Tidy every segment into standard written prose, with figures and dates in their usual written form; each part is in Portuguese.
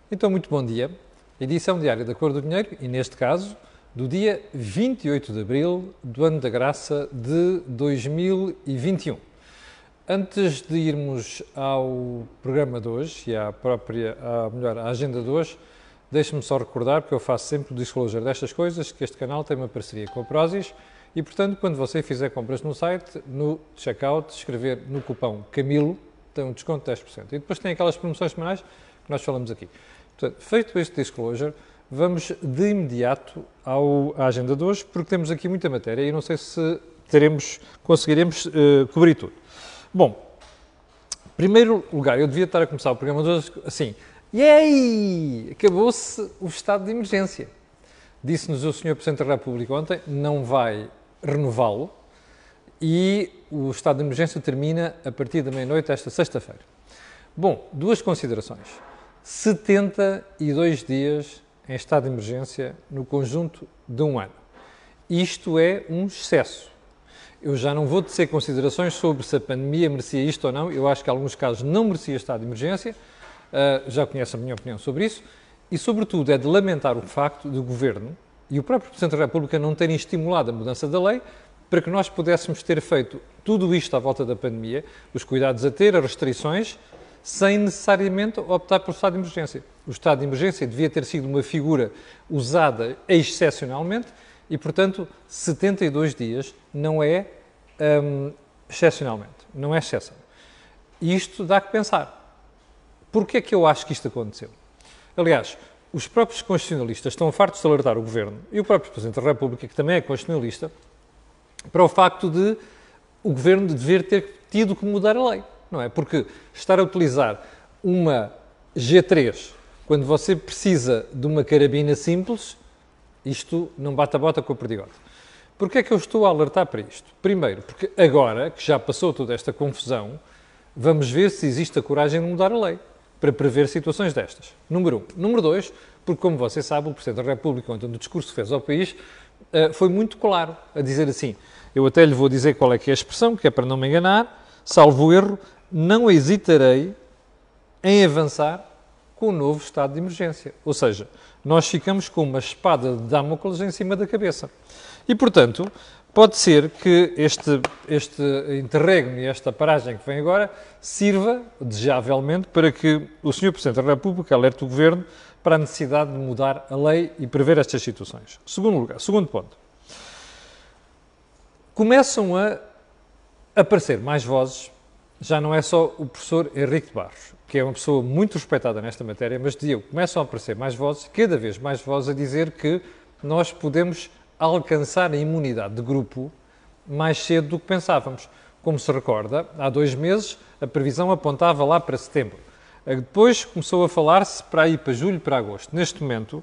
Então, muito bom dia. Edição diária da Cor do Dinheiro e, neste caso, do dia 28 de abril do ano da graça de 2021. Antes de irmos ao programa de hoje e à agenda de hoje, deixe-me só recordar, porque eu faço sempre o disclosure destas coisas, que este canal tem uma parceria com a Prozis e, portanto, quando você fizer compras no site, no checkout, escrever no cupom CAMILO, tem um desconto de 10%. E depois tem aquelas promoções semanais que nós falamos aqui. Portanto, feito este disclosure, vamos de imediato à agenda de hoje, porque temos aqui muita matéria e não sei se conseguiremos cobrir tudo. Bom, em primeiro lugar, eu devia estar a começar o programa de hoje assim, yay! Acabou-se o estado de emergência. Disse-nos o Sr. Presidente da República ontem, não vai renová-lo e o estado de emergência termina a partir da meia-noite esta sexta-feira. Bom, duas considerações. 72 dias em estado de emergência no conjunto de um ano. Isto é um excesso. Eu já não vou tecer considerações sobre se a pandemia merecia isto ou não. Eu acho que em alguns casos não merecia estado de emergência. Já conhece a minha opinião sobre isso. E, sobretudo, é de lamentar o facto do Governo e o próprio Presidente da República não terem estimulado a mudança da lei para que nós pudéssemos ter feito tudo isto à volta da pandemia, os cuidados a ter, as restrições, sem necessariamente optar pelo estado de emergência. O estado de emergência devia ter sido uma figura usada excepcionalmente e, portanto, 72 dias não é excepcionalmente, não é exceção. E isto dá que pensar. Porquê é que eu acho que isto aconteceu? Aliás, os próprios constitucionalistas estão fartos de alertar o Governo e o próprio Presidente da República, que também é constitucionalista, para o facto de o Governo dever ter tido que mudar a lei. Não é? Porque estar a utilizar uma G3 quando você precisa de uma carabina simples, isto não bate a bota com a perdigota. Porquê é que eu estou a alertar para isto? Primeiro, porque agora que já passou toda esta confusão, vamos ver se existe a coragem de mudar a lei para prever situações destas. Número 1. Número 2, porque como você sabe, o Presidente da República, ontem no discurso que fez ao país, foi muito claro a dizer assim, eu até lhe vou dizer qual é que é a expressão, que é para não me enganar, salvo erro, não hesitarei em avançar com o novo estado de emergência. Ou seja, nós ficamos com uma espada de Damócles em cima da cabeça. E, portanto, pode ser que este interregno e esta paragem que vem agora sirva, desejavelmente, para que o Sr. Presidente da República alerte o Governo para a necessidade de mudar a lei e prever estas situações. Segundo ponto. Começam a aparecer mais vozes. Já não é só o professor Henrique de Barros, que é uma pessoa muito respeitada nesta matéria, mas dizia, começam a aparecer mais vozes, cada vez mais vozes, a dizer que nós podemos alcançar a imunidade de grupo mais cedo do que pensávamos. Como se recorda, há 2 meses a previsão apontava lá para setembro. Depois começou a falar-se para ir para julho, para agosto. Neste momento,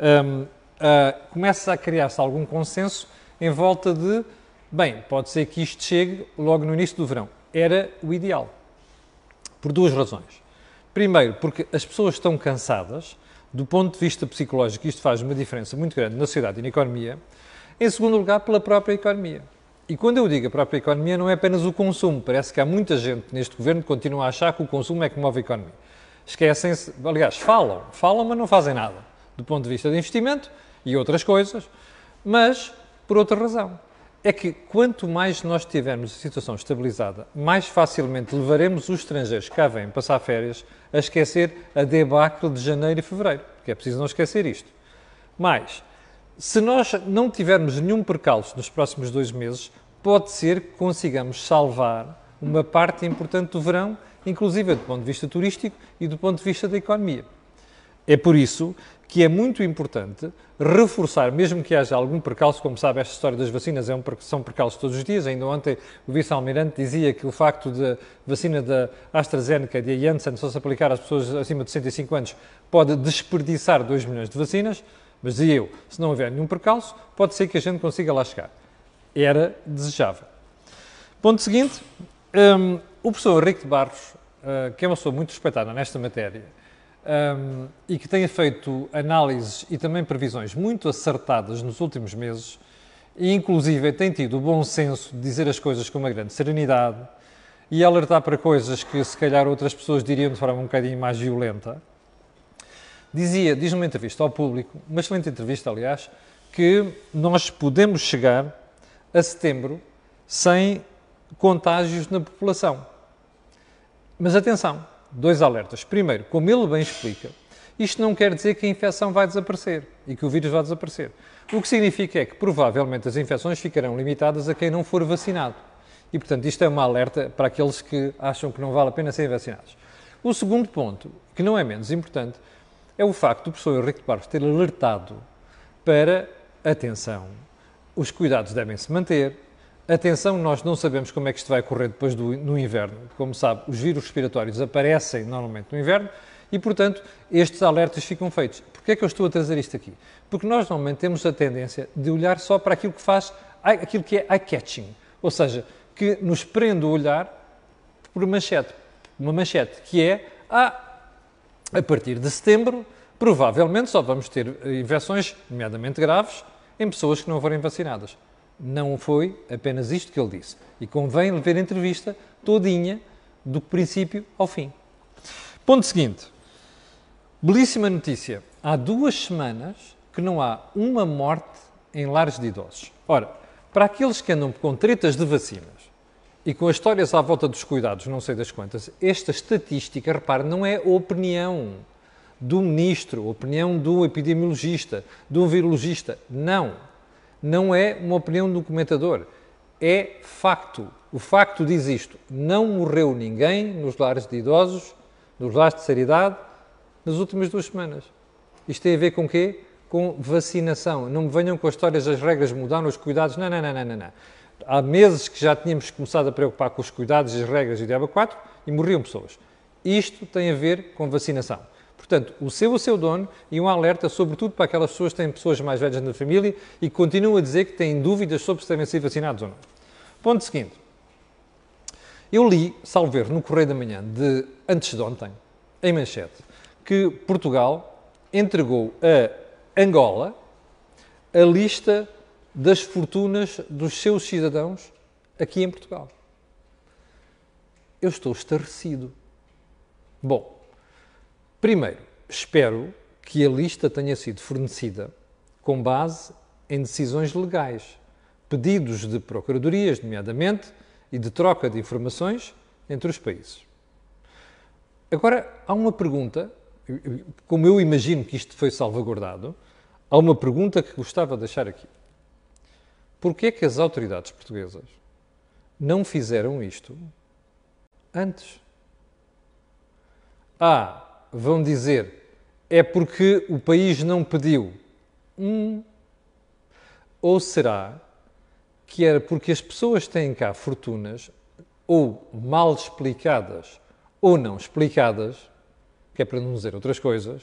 começa a criar-se algum consenso em volta de, bem, pode ser que isto chegue logo no início do verão. Era o ideal, por 2 razões. Primeiro, porque as pessoas estão cansadas, do ponto de vista psicológico, isto faz uma diferença muito grande na sociedade e na economia. Em segundo lugar, pela própria economia. E quando eu digo a própria economia, não é apenas o consumo. Parece que há muita gente neste governo que continua a achar que o consumo é que move a economia. Esquecem-se, aliás, falam, mas não fazem nada, do ponto de vista de investimento e outras coisas, mas por outra razão. É que quanto mais nós tivermos a situação estabilizada, mais facilmente levaremos os estrangeiros que cá vêm passar férias a esquecer a debacle de janeiro e fevereiro, porque é preciso não esquecer isto. Mas, se nós não tivermos nenhum percalço nos próximos 2 meses, pode ser que consigamos salvar uma parte importante do verão, inclusive do ponto de vista turístico e do ponto de vista da economia. É por isso que é muito importante reforçar, mesmo que haja algum percalço, como sabe, esta história das vacinas são percalços todos os dias. Ainda ontem o vice-almirante dizia que o facto da vacina da AstraZeneca e da Janssen só se aplicar às pessoas acima de 65 anos pode desperdiçar 2 milhões de vacinas, mas dizia eu, se não houver nenhum percalço, pode ser que a gente consiga lá chegar. Era desejável. Ponto seguinte, o professor Henrique de Barros, que é uma pessoa muito respeitada nesta matéria, e que tenha feito análises e também previsões muito acertadas nos últimos meses e inclusive tem tido o bom senso de dizer as coisas com uma grande serenidade e alertar para coisas que se calhar outras pessoas diriam de forma um bocadinho mais violenta, diz numa entrevista ao Público, uma excelente entrevista, aliás, que nós podemos chegar a setembro sem contágios na população. Mas atenção, 2 alertas. Primeiro, como ele bem explica, isto não quer dizer que a infecção vai desaparecer e que o vírus vai desaparecer. O que significa é que provavelmente as infecções ficarão limitadas a quem não for vacinado. E, portanto, isto é uma alerta para aqueles que acham que não vale a pena serem vacinados. O segundo ponto, que não é menos importante, é o facto do professor Henrique de Barros ter alertado para, atenção, os cuidados devem-se manter, atenção, nós não sabemos como é que isto vai correr depois no inverno. Como sabe, os vírus respiratórios aparecem normalmente no inverno e, portanto, estes alertas ficam feitos. Porquê é que eu estou a trazer isto aqui? Porque nós normalmente temos a tendência de olhar só para aquilo que faz, aquilo que é eye-catching, ou seja, que nos prende o olhar por uma manchete, que é, a partir de setembro, provavelmente só vamos ter infecções, nomeadamente graves, em pessoas que não forem vacinadas. Não foi apenas isto que ele disse. E convém ver a entrevista todinha, do princípio ao fim. Ponto seguinte. Belíssima notícia. Há 2 semanas que não há uma morte em lares de idosos. Ora, para aqueles que andam com tretas de vacinas e com as histórias à volta dos cuidados, não sei das quantas, esta estatística, repare, não é opinião do ministro, opinião do epidemiologista, do virologista. Não. Não é uma opinião do comentador. É facto. O facto diz isto. Não morreu ninguém nos lares de idosos, nos lares de terceira idade, nas últimas 2 semanas. Isto tem a ver com o quê? Com vacinação. Não me venham com as histórias das regras mudaram, os cuidados. Não. Há meses que já tínhamos começado a preocupar com os cuidados e as regras e o diabo 4 e morriam pessoas. Isto tem a ver com vacinação. Portanto, o seu dono e um alerta, sobretudo para aquelas pessoas que têm pessoas mais velhas na família e que continuam a dizer que têm dúvidas sobre se devem ser vacinados ou não. Ponto seguinte. Eu li, salvo ver, no Correio da Manhã, antes de ontem, em manchete, que Portugal entregou a Angola a lista das fortunas dos seus cidadãos aqui em Portugal. Eu estou estarrecido. Bom, primeiro, espero que a lista tenha sido fornecida com base em decisões legais, pedidos de procuradorias, nomeadamente, e de troca de informações entre os países. Agora, há uma pergunta, como eu imagino que isto foi salvaguardado, há uma pergunta que gostava de deixar aqui. Porquê é que as autoridades portuguesas não fizeram isto antes? Vão dizer, é porque o país não pediu. Ou será que era porque as pessoas têm cá fortunas, ou mal explicadas, ou não explicadas, que é para não dizer outras coisas,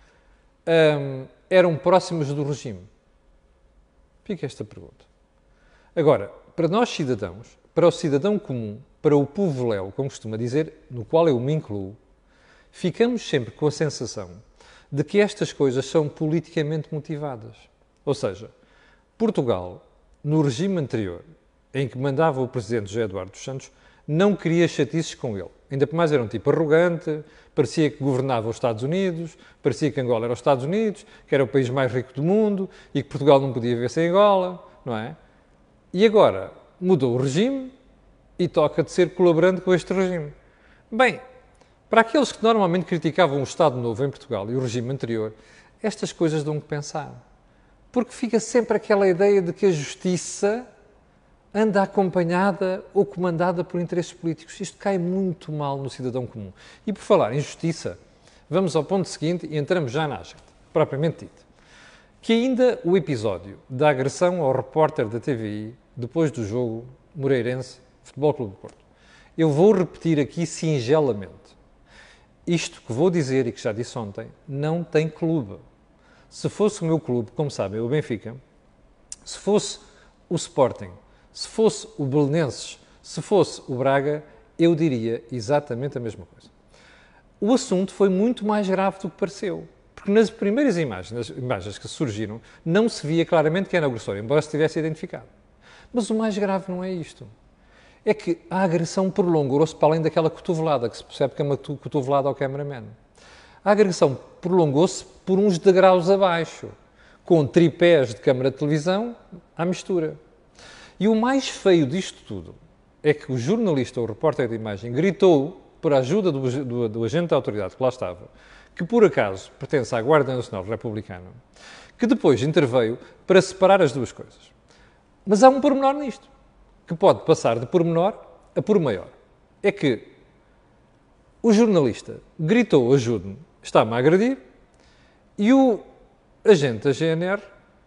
eram próximas do regime? Fica esta pergunta. Agora, para nós cidadãos, para o cidadão comum, para o povo léu, como costuma dizer, no qual eu me incluo, ficamos sempre com a sensação de que estas coisas são politicamente motivadas. Ou seja, Portugal, no regime anterior, em que mandava o presidente José Eduardo dos Santos, não queria chatices com ele. Ainda por mais era um tipo arrogante, parecia que governava os Estados Unidos, parecia que Angola era os Estados Unidos, que era o país mais rico do mundo e que Portugal não podia viver sem Angola, não é? E agora mudou o regime e toca de ser colaborante com este regime. Bem, para aqueles que normalmente criticavam o Estado Novo em Portugal e o regime anterior, estas coisas dão que pensar. Porque fica sempre aquela ideia de que a justiça anda acompanhada ou comandada por interesses políticos. Isto cai muito mal no cidadão comum. E por falar em justiça, vamos ao ponto seguinte e entramos já na agenda, propriamente dita. Que ainda o episódio da agressão ao repórter da TVI, depois do jogo Moreirense Futebol Clube do Porto. Eu vou repetir aqui singelamente. Isto que vou dizer e que já disse ontem, não tem clube. Se fosse o meu clube, como sabem, o Benfica, se fosse o Sporting, se fosse o Belenenses, se fosse o Braga, eu diria exatamente a mesma coisa. O assunto foi muito mais grave do que pareceu. Porque nas primeiras imagens, nas imagens que surgiram, não se via claramente quem era o agressor, embora se tivesse identificado. Mas o mais grave não é isto. É que a agressão prolongou-se para além daquela cotovelada, que se percebe que é uma cotovelada ao cameraman. A agressão prolongou-se por uns degraus abaixo, com tripés de câmara de televisão à mistura. E o mais feio disto tudo é que o jornalista ou o repórter de imagem gritou, por ajuda do agente da autoridade que lá estava, que por acaso pertence à Guarda Nacional Republicana, que depois interveio para separar as duas coisas. Mas há um pormenor nisto, que pode passar de pormenor a por maior. É que o jornalista gritou, ajude-me, está-me a agredir, e o agente da GNR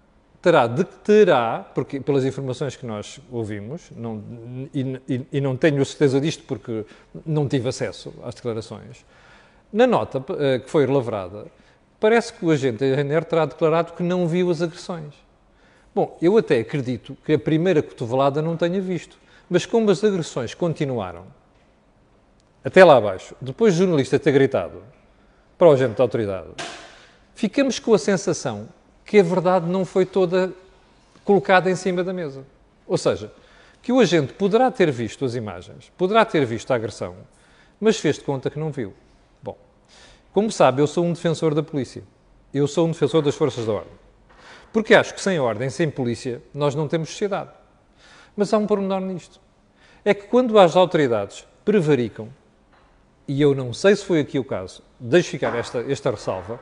terá, porque pelas informações que nós ouvimos, e não tenho a certeza disto porque não tive acesso às declarações, na nota que foi lavrada, parece que o agente da GNR terá declarado que não viu as agressões. Bom, eu até acredito que a primeira cotovelada não tenha visto, mas como as agressões continuaram até lá abaixo, depois do jornalista ter gritado para o agente da autoridade, ficamos com a sensação que a verdade não foi toda colocada em cima da mesa. Ou seja, que o agente poderá ter visto as imagens, poderá ter visto a agressão, mas fez de conta que não viu. Bom, como sabe, eu sou um defensor da polícia. Eu sou um defensor das forças da ordem. Porque acho que sem ordem, sem polícia, nós não temos sociedade. Mas há um pormenor nisto. É que quando as autoridades prevaricam, e eu não sei se foi aqui o caso, deixo ficar esta ressalva,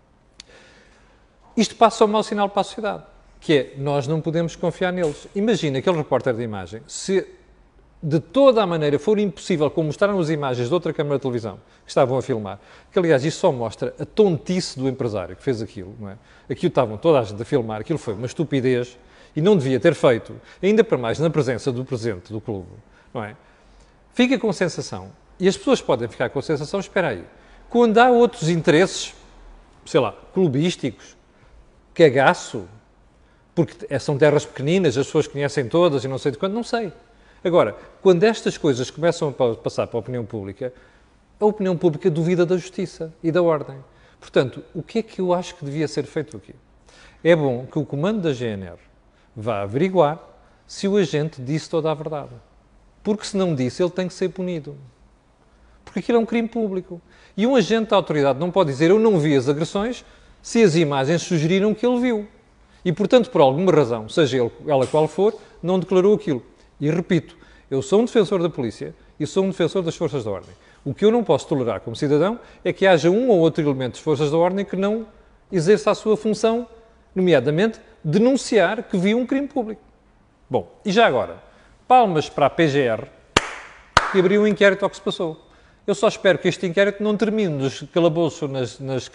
isto passa um mau sinal para a sociedade, que é, nós não podemos confiar neles. Imagina aquele repórter de imagem, se de toda a maneira for impossível, como mostraram as imagens de outra câmara de televisão que estavam a filmar, que aliás isso só mostra a tontice do empresário que fez aquilo, não é? Aquilo estavam toda a gente a filmar, aquilo foi uma estupidez e não devia ter feito, ainda para mais na presença do presidente do clube, não é? Fica com a sensação, e as pessoas podem ficar com a sensação, espera aí, quando há outros interesses, sei lá, clubísticos, cagaço, porque são terras pequeninas, as pessoas conhecem todas e não sei de quanto, não sei. Agora, quando estas coisas começam a passar para a opinião pública duvida da justiça e da ordem. Portanto, o que é que eu acho que devia ser feito aqui? É bom que o comando da GNR vá averiguar se o agente disse toda a verdade. Porque se não disse, ele tem que ser punido. Porque aquilo é um crime público. E um agente da autoridade não pode dizer eu não vi as agressões se as imagens sugeriram que ele viu. E, portanto, por alguma razão, seja ela qual for, não declarou aquilo. E repito, eu sou um defensor da polícia e sou um defensor das forças da ordem. O que eu não posso tolerar como cidadão é que haja um ou outro elemento das forças da ordem que não exerça a sua função, nomeadamente denunciar que viu um crime público. Bom, e já agora, palmas para a PGR que abriu um inquérito ao que se passou. Eu só espero que este inquérito não termine nos calabouços, nas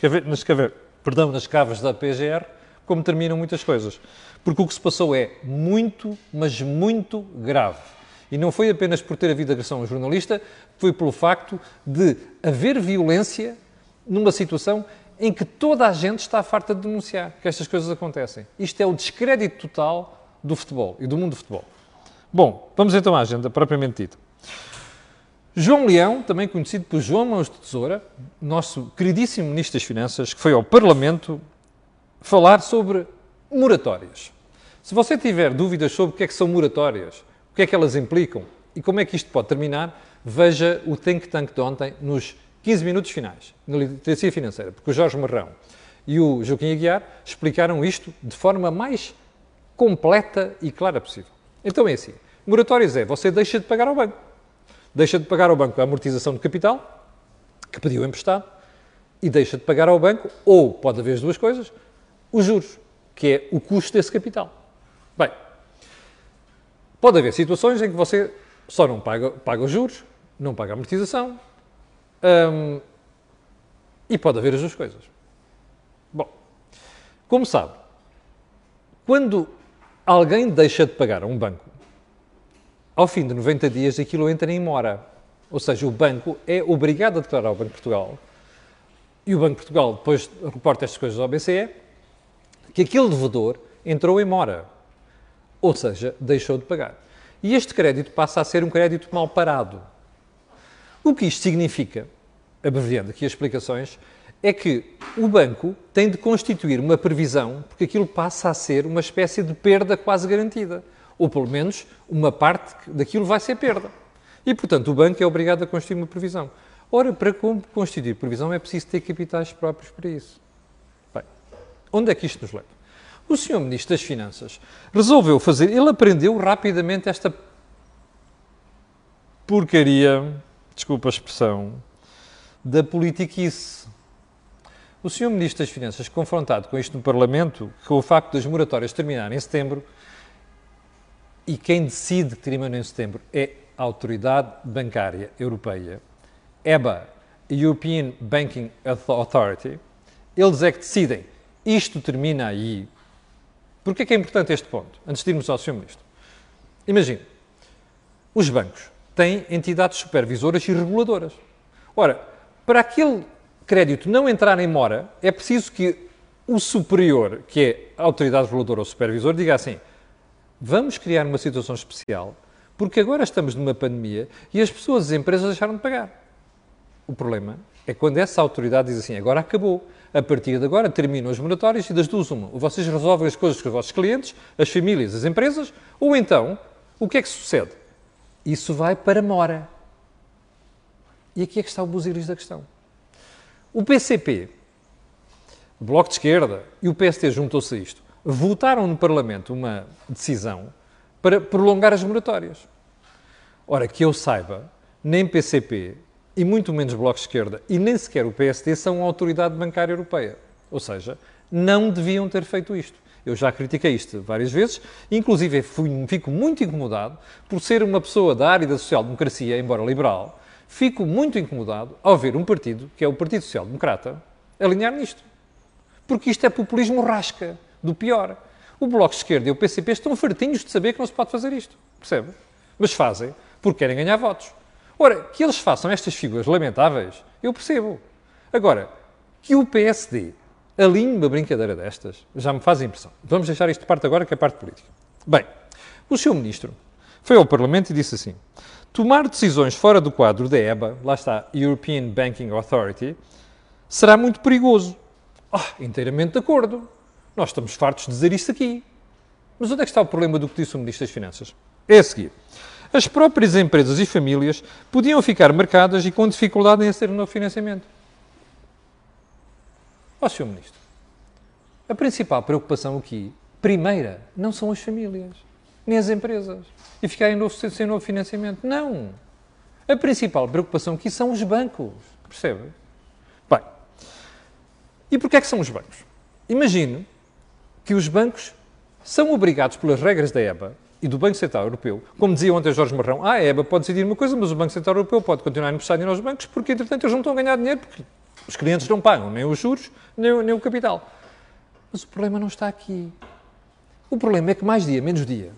caves da PGR, como terminam muitas coisas. Porque o que se passou é muito, mas muito grave. E não foi apenas por ter havido agressão a um jornalista, foi pelo facto de haver violência numa situação em que toda a gente está farta de denunciar que estas coisas acontecem. Isto é o descrédito total do futebol e do mundo do futebol. Bom, vamos então à agenda propriamente dita. João Leão, também conhecido por João Mãos de Tesoura, nosso queridíssimo Ministro das Finanças, que foi ao Parlamento falar sobre moratórias. Se você tiver dúvidas sobre o que é que são moratórias, o que é que elas implicam e como é que isto pode terminar, veja o Think Tank de ontem nos 15 minutos finais, na literacia financeira, porque o Jorge Marrão e o Joaquim Aguiar explicaram isto de forma mais completa e clara possível. Então é assim, moratórias é, você deixa de pagar ao banco. Deixa de pagar ao banco a amortização de capital, que pediu emprestado, e deixa de pagar ao banco, ou pode haver as duas coisas, os juros, que é o custo desse capital. Bem, pode haver situações em que você só não paga os juros, não paga a amortização, e pode haver as duas coisas. Bom, como sabe, quando alguém deixa de pagar a um banco, ao fim de 90 dias aquilo entra em mora. Ou seja, o banco é obrigado a declarar ao Banco de Portugal, e o Banco de Portugal depois reporta estas coisas ao BCE, que aquele devedor entrou em mora. Ou seja, deixou de pagar. E este crédito passa a ser um crédito mal parado. O que isto significa, abreviando aqui as explicações, é que o banco tem de constituir uma previsão, porque aquilo passa a ser uma espécie de perda quase garantida. Ou pelo menos uma parte daquilo vai ser perda. E, portanto, o banco é obrigado a constituir uma previsão. Ora, para constituir previsão é preciso ter capitais próprios para isso. Onde é que isto nos leva? O Sr. Ministro das Finanças resolveu fazer, ele aprendeu rapidamente esta porcaria, desculpa a expressão, da politiquice. O Sr. Ministro das Finanças, confrontado com isto no Parlamento, com o facto das moratórias terminarem em setembro, e quem decide que terminam em setembro é a Autoridade Bancária Europeia, EBA, European Banking Authority, eles é que decidem, isto termina aí. Porquê é que é importante este ponto? Antes de irmos ao Sr. Ministro. Imagine, os bancos têm entidades supervisoras e reguladoras. Ora, para aquele crédito não entrar em mora, é preciso que o superior, que é a autoridade reguladora ou supervisor, diga assim, vamos criar uma situação especial, porque agora estamos numa pandemia e as pessoas, as empresas deixaram de pagar. O problema é quando essa autoridade diz assim, agora acabou, a partir de agora terminam as moratórias e das duas uma. Ou vocês resolvem as coisas com os vossos clientes, as famílias, as empresas, ou então, o que é que sucede? Isso vai para mora. E aqui é que está o busilis da questão. O PCP, o Bloco de Esquerda e o PSD juntou-se a isto. Votaram no Parlamento uma decisão para prolongar as moratórias. Ora, que eu saiba, nem PCP e muito menos Bloco de Esquerda e nem sequer o PSD são a Autoridade Bancária Europeia. Ou seja, não deviam ter feito isto. Eu já critiquei isto várias vezes, inclusive fico muito incomodado por ser uma pessoa da área da social-democracia, embora liberal, fico muito incomodado ao ver um partido, que é o Partido Social Democrata, alinhar nisto. Porque isto é populismo rasca, do pior. O Bloco de Esquerda e o PCP estão fartinhos de saber que não se pode fazer isto, percebe? Mas fazem porque querem ganhar votos. Ora, que eles façam estas figuras lamentáveis, eu percebo. Agora, que o PSD alinhe uma brincadeira destas, já me faz impressão. Vamos deixar isto de parte agora, que é a parte política. Bem, o Sr. Ministro foi ao Parlamento e disse assim, tomar decisões fora do quadro da EBA, lá está, European Banking Authority, será muito perigoso. Inteiramente de acordo. Nós estamos fartos de dizer isto aqui. Mas onde é que está o problema do que disse o Ministro das Finanças? É a seguir. As próprias empresas e famílias podiam ficar marcadas e com dificuldade em aceder ao novo financiamento. Sr. Ministro, a principal preocupação aqui, primeira, não são as famílias, nem as empresas, e ficarem sem novo financiamento. Não. A principal preocupação aqui são os bancos, percebe? Bem, e porquê é que são os bancos? Imagino que os bancos são obrigados pelas regras da EBA e do Banco Central Europeu, como dizia ontem Jorge Marrão, a EBA pode decidir uma coisa, mas o Banco Central Europeu pode continuar a emprestar dinheiro aos bancos porque, entretanto, eles não estão a ganhar dinheiro porque os clientes não pagam nem os juros, nem o capital. Mas o problema não está aqui. O problema é que mais dia, menos dia,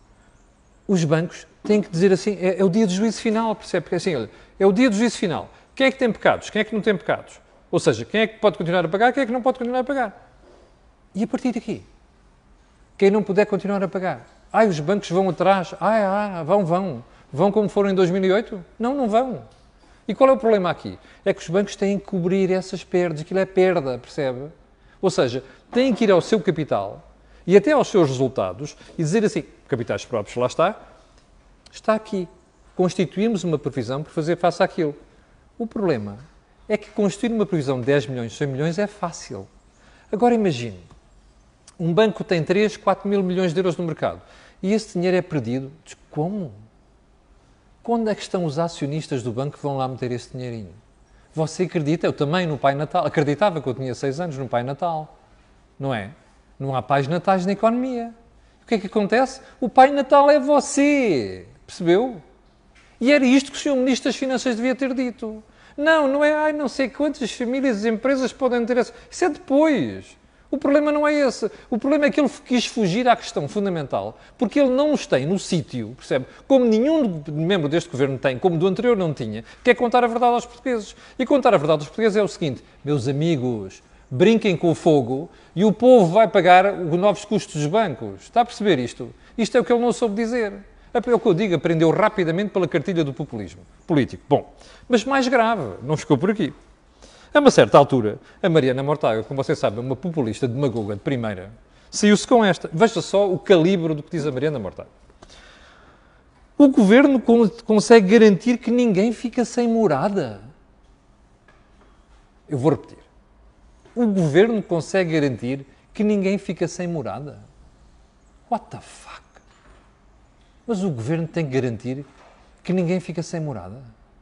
os bancos têm que dizer assim, é o dia do juízo final, percebe? Porque assim, olha, é o dia do juízo final. Quem é que tem pecados? Quem é que não tem pecados? Ou seja, quem é que pode continuar a pagar? Quem é que não pode continuar a pagar? E a partir daqui? Quem não puder continuar a pagar? Os bancos vão atrás. Vão. Vão como foram em 2008? Não vão. E qual é o problema aqui? É que os bancos têm que cobrir essas perdas. Aquilo é perda, percebe? Ou seja, têm que ir ao seu capital e até aos seus resultados e dizer assim, capitais próprios, lá está aqui. Constituímos uma previsão para fazer face àquilo. O problema é que constituir uma previsão de 10 milhões, 100 milhões é fácil. Agora imagine, um banco tem 3, 4 mil milhões de euros no mercado e esse dinheiro é perdido. Como? Quando é que estão os acionistas do banco que vão lá meter esse dinheirinho? Você acredita? Eu também no Pai Natal. Acreditava que eu tinha 6 anos no Pai Natal. Não é? Não há pais natais na economia. O que é que acontece? O Pai Natal é você. Percebeu? E era isto que o Sr. Ministro das Finanças devia ter dito. Não é, não sei quantas famílias e empresas podem ter isso. Isso é depois. O problema não é esse. O problema é que ele quis fugir à questão fundamental, porque ele não os tem no sítio, percebe? Como nenhum membro deste governo tem, como do anterior não tinha, que é contar a verdade aos portugueses. E contar a verdade aos portugueses é o seguinte, meus amigos, brinquem com o fogo e o povo vai pagar os novos custos dos bancos. Está a perceber isto? Isto é o que ele não soube dizer. É o que eu digo, aprendeu rapidamente pela cartilha do populismo político. Bom, mas mais grave, não ficou por aqui. A uma certa altura, a Mariana Mortágua, como vocês sabem, uma populista demagoga de primeira, saiu-se com esta. Veja só o calibre do que diz a Mariana Mortágua. O governo consegue garantir que ninguém fica sem morada. Eu vou repetir. O governo consegue garantir que ninguém fica sem morada. What the fuck? Mas o governo tem que garantir que ninguém fica sem morada.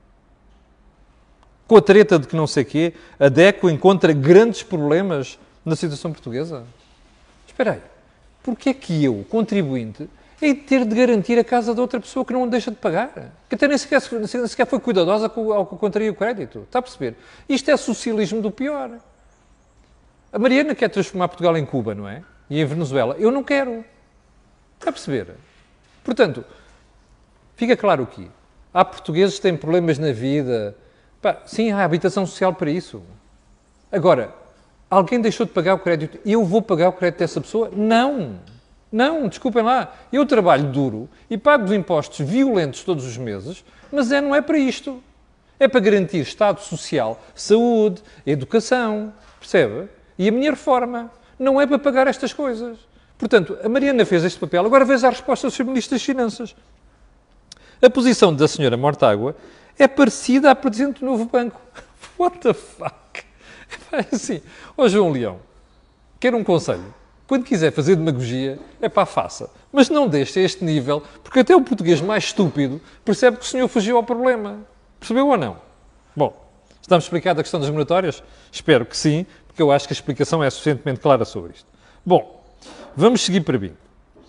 Com a treta de que não sei quê, a DECO encontra grandes problemas na situação portuguesa. Espera aí, porquê é que eu, contribuinte, hei de ter de garantir a casa de outra pessoa que não deixa de pagar? Que até nem sequer foi cuidadosa ao que contraía o crédito. Está a perceber? Isto é socialismo do pior. A Mariana quer transformar Portugal em Cuba, não é? E em Venezuela. Eu não quero. Está a perceber? Portanto, fica claro aqui. Há portugueses que têm problemas na vida. Pá, sim, há habitação social para isso. Agora, alguém deixou de pagar o crédito e eu vou pagar o crédito dessa pessoa? Não. Não, desculpem lá. Eu trabalho duro e pago os impostos violentos todos os meses, mas não é para isto. É para garantir Estado Social, saúde, educação, percebe? E a minha reforma. Não é para pagar estas coisas. Portanto, a Mariana fez este papel. Agora veja a resposta do Sr. Ministro das Finanças. A posição da Sra. Mortágua é parecida à Presidente do Novo Banco. What the fuck? É assim, ó João Leão, quero um conselho. Quando quiser fazer demagogia, faça. Mas não deixe a este nível, porque até o português mais estúpido percebe que o senhor fugiu ao problema. Percebeu ou não? Bom, estamos explicado a questão das moratórias? Espero que sim, porque eu acho que a explicação é suficientemente clara sobre isto. Bom, vamos seguir para mim.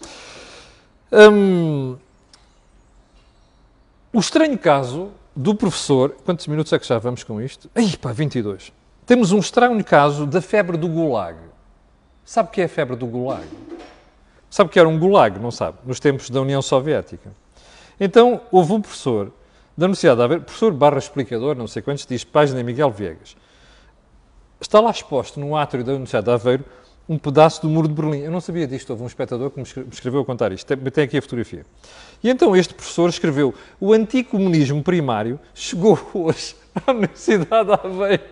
O estranho caso do professor... Quantos minutos é que já vamos com isto? 22. Temos um estranho caso da febre do Gulag. Sabe o que é a febre do Gulag? Sabe o que era um Gulag, não sabe? Nos tempos da União Soviética. Então, houve um professor da Universidade de Aveiro, professor / explicador, não sei quantos, diz página Miguel Viegas. Está lá exposto no átrio da Universidade de Aveiro um pedaço do Muro de Berlim. Eu não sabia disto, houve um espectador que me escreveu a contar isto. Tem aqui a fotografia. E então este professor escreveu: o anticomunismo primário chegou hoje à Universidade de Aveiro.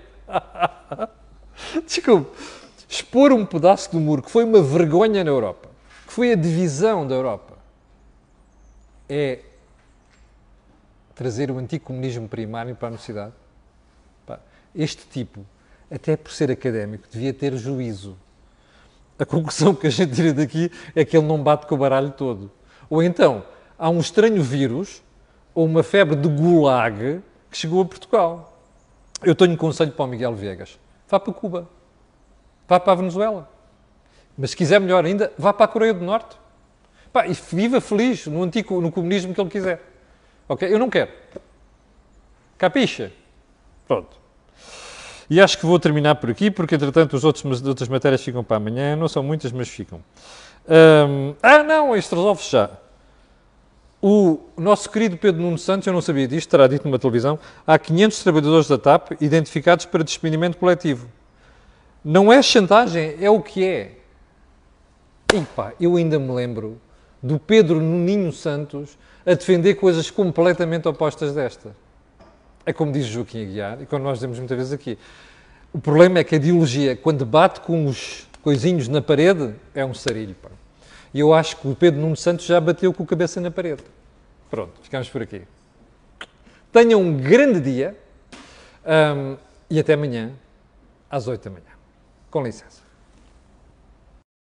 Desculpe. Expor um pedaço do muro que foi uma vergonha na Europa, que foi a divisão da Europa, é trazer o anticomunismo primário para a universidade? Pá, este tipo, até por ser académico, devia ter juízo. A conclusão que a gente tira daqui é que ele não bate com o baralho todo. Ou então, há um estranho vírus, ou uma febre de Gulag, que chegou a Portugal. Eu tenho um conselho para o Miguel Viegas. Vá para Cuba. Vá para a Venezuela. Mas se quiser melhor ainda, vá para a Coreia do Norte. Pá, e viva feliz no comunismo que ele quiser. Ok? Eu não quero. Capixa? Pronto. E acho que vou terminar por aqui, porque entretanto as outras matérias ficam para amanhã. Não são muitas, mas ficam. Não, isto resolve-se já. O nosso querido Pedro Nuno Santos, eu não sabia disto, terá dito numa televisão, há 500 trabalhadores da TAP identificados para despedimento coletivo. Não é chantagem, é o que é. E pá, eu ainda me lembro do Pedro Nuninho Santos a defender coisas completamente opostas desta. É como diz Joaquim Aguiar, e quando nós dizemos muitas vezes aqui, o problema é que a ideologia, quando bate com os coisinhos na parede, é um sarilho. Pá. E eu acho que o Pedro Nuno Santos já bateu com a cabeça na parede. Pronto, ficamos por aqui. Tenham um grande dia e até amanhã, às 8 da manhã. Com licença.